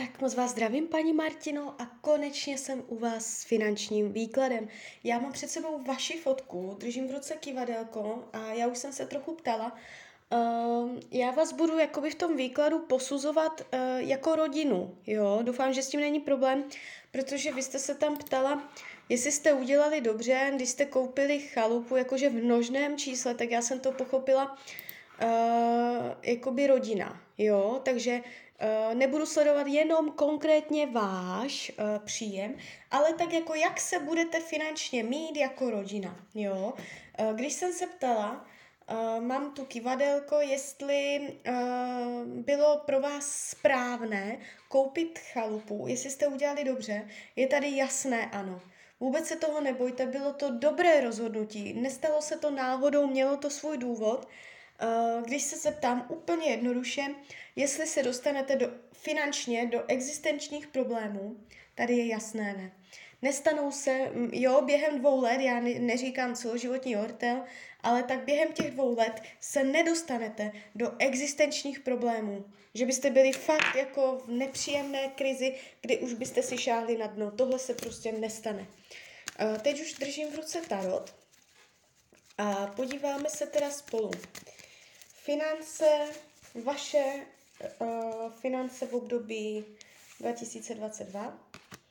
Tak moc vás zdravím, paní Martino, a konečně jsem u vás s finančním výkladem. Já mám před sebou vaši fotku, držím v ruce kivadelko a já už jsem se trochu ptala. Já vás budu jakoby v tom výkladu posuzovat jako rodinu, jo? Doufám, že s tím není problém, protože vy jste se tam ptala, jestli jste udělali dobře, když jste koupili chalupu jakože v množném čísle, tak já jsem to pochopila jakoby rodina, jo, takže nebudu sledovat jenom konkrétně váš příjem, ale tak jako jak se budete finančně mít jako rodina, jo. Když jsem se ptala, mám tu kivadelko, jestli bylo pro vás správné koupit chalupu, jestli jste udělali dobře, je tady jasné ano. Vůbec se toho nebojte, bylo to dobré rozhodnutí, nestalo se to náhodou, mělo to svůj důvod. Když se zeptám úplně jednoduše, jestli se dostanete finančně do existenčních problémů, tady je jasné ne. Nestanou se, jo, během 2 let, já neříkám celoživotní ortel, ale tak během těch 2 let se nedostanete do existenčních problémů. Že byste byli fakt jako v nepříjemné krizi, kdy už byste si šáhli na dno. Tohle se prostě nestane. Teď už držím v ruce tarot a podíváme se teda spolu. Finance, vaše finance v období 2022,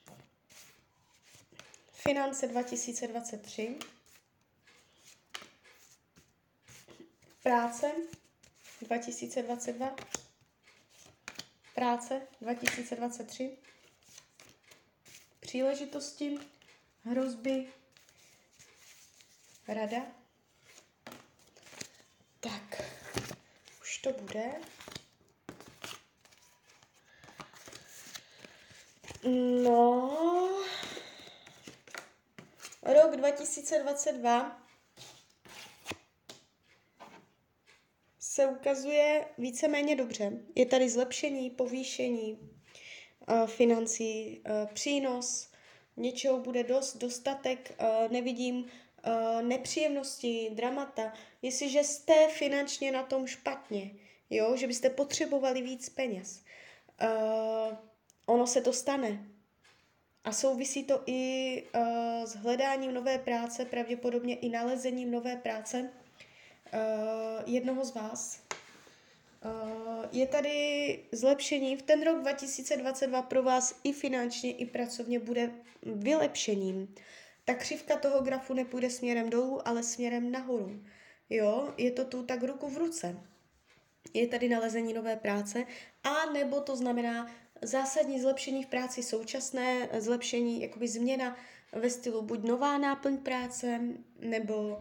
finance 2023, práce 2022, práce 2023, příležitosti, hrozby, rada. Tak, už to bude. No, rok 2022 se ukazuje víceméně dobře. Je tady zlepšení, povýšení financí, přínos, něčeho bude dostatek, nevidím nepříjemnosti, dramata. Jestliže jste finančně na tom špatně, jo, že byste potřebovali víc peněz, ono se to stane. A souvisí to i s hledáním nové práce, pravděpodobně i nalezením nové práce jednoho z vás. Je tady zlepšení. V ten rok 2022 pro vás i finančně, i pracovně bude vylepšením. Ta křivka toho grafu nepůjde směrem dolů, ale směrem nahoru. Jo, je to tu tak ruku v ruce. Je tady nalezení nové práce, a nebo to znamená zásadní zlepšení v práci současné, zlepšení, jakoby změna ve stylu buď nová náplň práce, nebo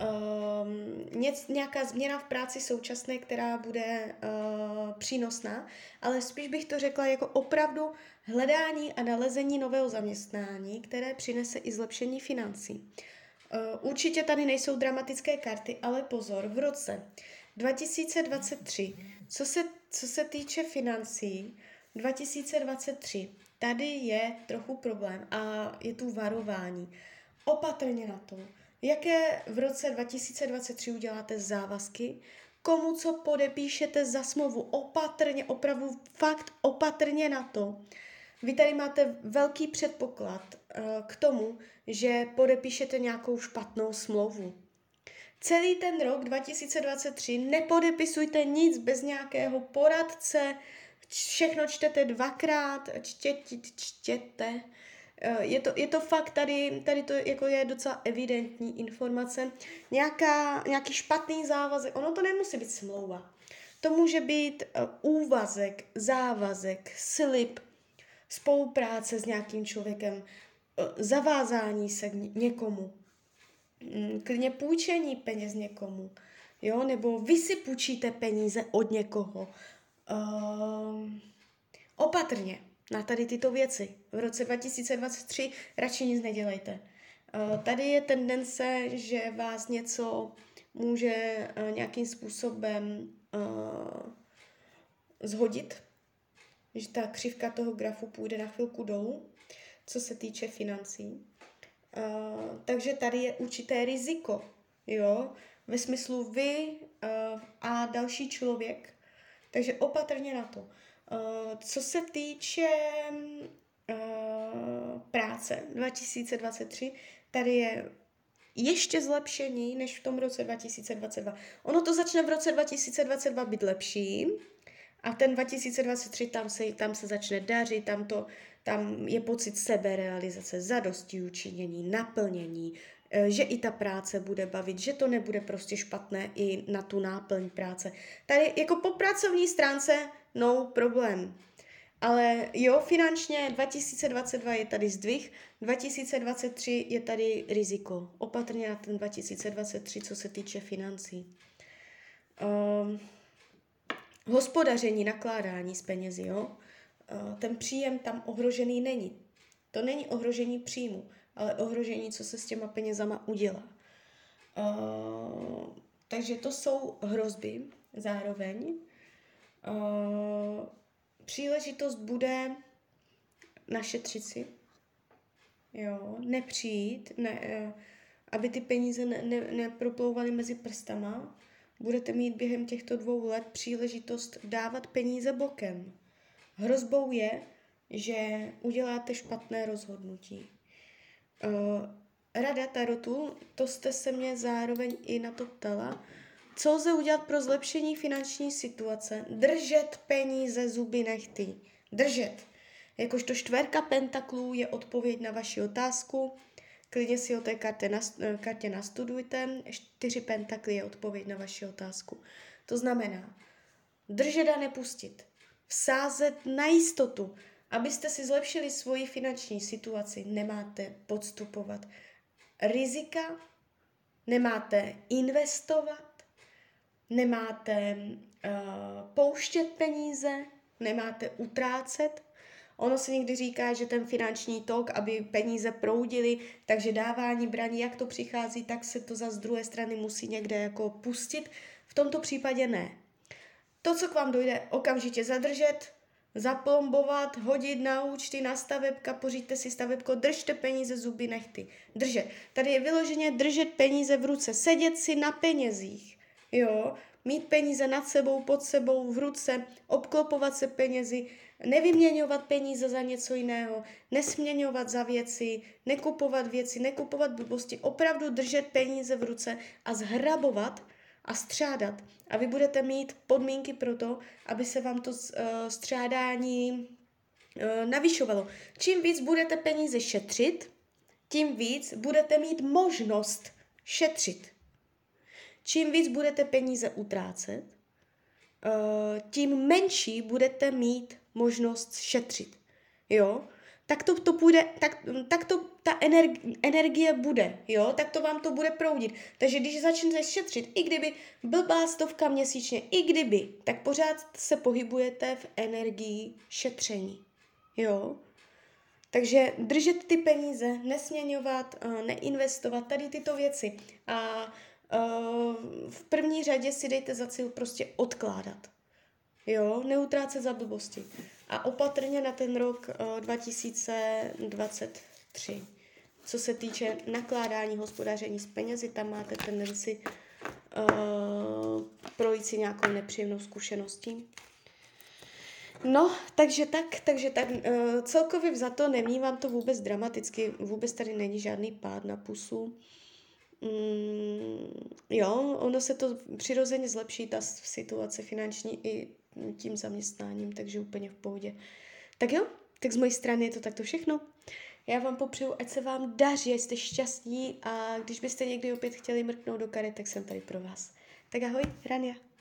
nějaká změna v práci současné, která bude přínosná, ale spíš bych to řekla jako opravdu hledání a nalezení nového zaměstnání, které přinese i zlepšení financí. Určitě tady nejsou dramatické karty, ale pozor, v roce 2023, co se týče financí, 2023, tady je trochu problém a je tu varování. Opatrně na to, jaké v roce 2023 uděláte závazky, komu co podepíšete za smlouvu, opatrně, opravdu fakt opatrně na to. Vy tady máte velký předpoklad k tomu, že podepíšete nějakou špatnou smlouvu. Celý ten rok 2023 nepodepisujte nic bez nějakého poradce, všechno čtete 2krát, čtěte. Je to fakt, tady to jako je docela evidentní informace. Nějaký špatný závazek, ono to nemusí být smlouva. To může být úvazek, závazek, slib, spolupráce s nějakým člověkem, zavázání se k někomu, klidně půjčení peněz někomu, jo, nebo vy si půjčíte peníze od někoho. Opatrně na tady tyto věci. V roce 2023 radši nic nedělejte. Tady je tendence, že vás něco může nějakým způsobem zhodit, že ta křivka toho grafu půjde na chvilku dolů, co se týče financí. Takže tady je určité riziko, jo, ve smyslu vy a další člověk. Takže opatrně na to. Co se týče práce 2023, tady je ještě zlepšení než v tom roce 2022. Ono to začne v roce 2022 být lepší a ten 2023 tam se začne dařit, tam je pocit seberealizace, zadostiučinění, naplnění, že i ta práce bude bavit, že to nebude prostě špatné i na tu náplň práce. Tady jako po pracovní stránce no problém. Ale jo, finančně 2022 je tady zdvih, 2023 je tady riziko. Opatrně na ten 2023, co se týče financí. Hospodaření, nakládání s penězi, jo. Ten příjem tam ohrožený není. To není ohrožení příjmu, ale ohrožení, co se s těma penězama udělá. Takže to jsou hrozby zároveň. Příležitost bude našetřit si, jo, nepřijít, aby ty peníze neproplouvaly mezi prstama. Budete mít během těchto 2 let příležitost dávat peníze bokem. Hrozbou je, že uděláte špatné rozhodnutí. Rada tarotu, to jste se mě zároveň i na to ptala. Co lze udělat pro zlepšení finanční situace? Držet peníze zuby nehty. Držet. Jakožto 4 pentaklů je odpověď na vaši otázku. Klidně si o té kartě nastudujte. 4 pentakly je odpověď na vaši otázku. To znamená držet a nepustit. Vsázet na jistotu. Abyste si zlepšili svoji finanční situaci, nemáte podstupovat rizika, nemáte investovat, nemáte pouštět peníze, nemáte utrácet. Ono se někdy říká, že ten finanční tok, aby peníze proudily, takže dávání, braní, jak to přichází, tak se to za z druhé strany musí někde jako pustit. V tomto případě ne. To, co k vám dojde, okamžitě zadržet, zaplombovat, hodit na účty, na stavebka, pořiďte si stavebko, držte peníze zuby nehty. Držet. Tady je vyloženě držet peníze v ruce, sedět si na penězích, jo, mít peníze nad sebou, pod sebou, v ruce, obklopovat se penězi, nevyměňovat peníze za něco jiného, nesměňovat za věci, nekupovat věci, nekupovat blbosti, opravdu držet peníze v ruce a zhrabovat a střádat. A vy budete mít podmínky pro to, aby se vám to střádání navyšovalo. Čím víc budete peníze šetřit, tím víc budete mít možnost šetřit. Čím víc budete peníze utrácet, tím menší budete mít možnost šetřit. Jo? Tak to půjde, tak to ta energie bude, jo? Tak to vám to bude proudit. Takže když začnete šetřit, i kdyby blbá 100 měsíčně, i kdyby, tak pořád se pohybujete v energii šetření, jo? Takže držet ty peníze, nesměňovat, neinvestovat, tady tyto věci. A v první řadě si dejte za cíl prostě odkládat. Jo, neutrácet za blbosti. A opatrně na ten rok 2023. Co se týče nakládání, hospodaření s penězi, tam máte tendenci projít si nějakou nepříjemnou zkušeností. No, takže tak, celkově vzato nemývám to vůbec dramaticky, vůbec tady není žádný pád na pusu. Jo, ono se to přirozeně zlepší, ta situace finanční i tím zaměstnáním, takže úplně v pohodě. Tak jo, tak z mojej strany je to takto všechno. Já vám popřeju, ať se vám daří, ať jste šťastní a když byste někdy opět chtěli mrknout do karet, tak jsem tady pro vás. Tak ahoj, Rania.